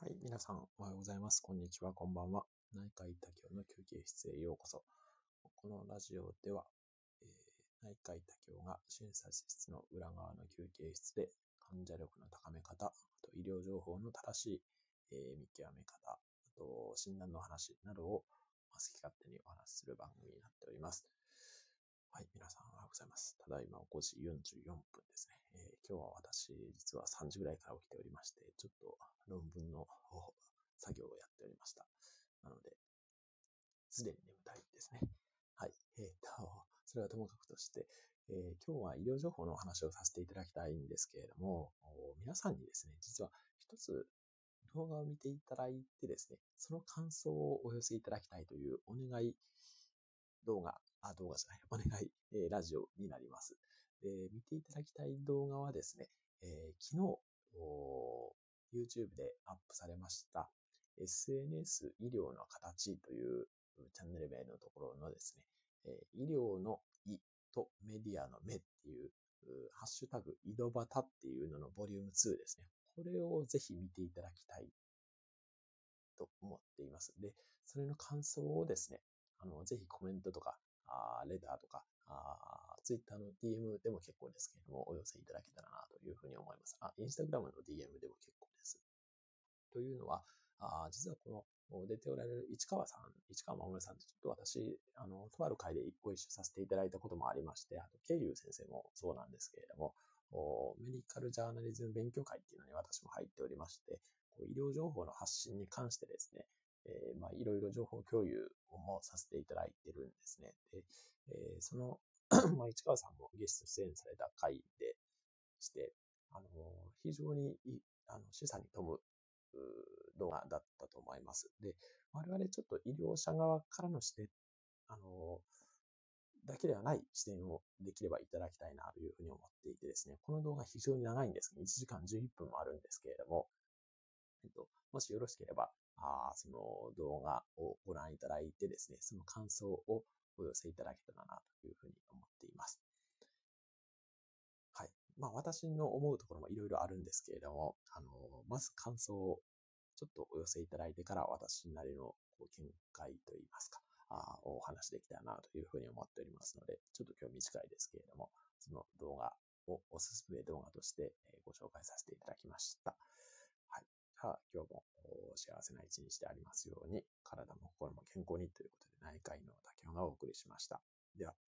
はい、皆さんおはようございます。こんにちは、こんばんは。内科医多教の休憩室へようこそ。このラジオでは、内科医多教が診察室の裏側の休憩室で患者力の高め方、あと医療情報の正しい、見極め方、あと診断の話などを好き勝手にお話しする番組になっております。はい、皆さんおはようございます。ただいま5時44分ですね。今日は私、実は3時ぐらいから起きておりまして、ちょっと論文の作業をやっておりました。なので、すでに眠たいですね。はい。それはともかくとして、今日は医療情報のお話をさせていただきたいんですけれども、皆さんにですね、実は一つ動画を見ていただいてですね、その感想をお寄せいただきたいというお願い動画じゃない、お願い、ラジオになります。見ていただきたい動画はですね、昨日、YouTube でアップされました、SNS 医療の形というチャンネル名のところのですね、医療の医とメディアの目っていう、ハッシュタグ、井戸端っていうののボリューム2ですね。これをぜひ見ていただきたいと思っています。で、それの感想をですね、ぜひコメントとか、レターとか、Twitter の DM でも結構ですけれども、お寄せいただけたらなというふうに思います。Instagram の DM でも結構です。というのは、実はこの出ておられる市川守さんってちょっと私、とある会でご一緒させていただいたこともありまして、あと、慶龍先生もそうなんですけれども、メディカルジャーナリズム勉強会っていうのに私も入っておりまして、医療情報の発信に関してですね、いろいろ情報共有もさせていただいてるんですね。で、その市川さんもゲスト出演された回でして、非常に示唆に富む動画だったと思います。で、我々ちょっと医療者側からの視点、だけではない視点をできればいただきたいなというふうに思っていてですね、この動画非常に長いんですね。1時間11分もあるんですけれども、もしよろしければ、その動画をご覧いただいてですね、その感想をお寄せいただけたらなというふうに思っています。はい。私の思うところもいろいろあるんですけれども、まず感想をちょっとお寄せいただいてから私なりの見解といいますか、お話できたらなというふうに思っておりますので、ちょっと今日短いですけれども、その動画をおすすめ動画としてご紹介させていただきました。はい。今日も幸せな一日でありますように、体も心も健康にということで、内科医の竹雄がお送りしました。では。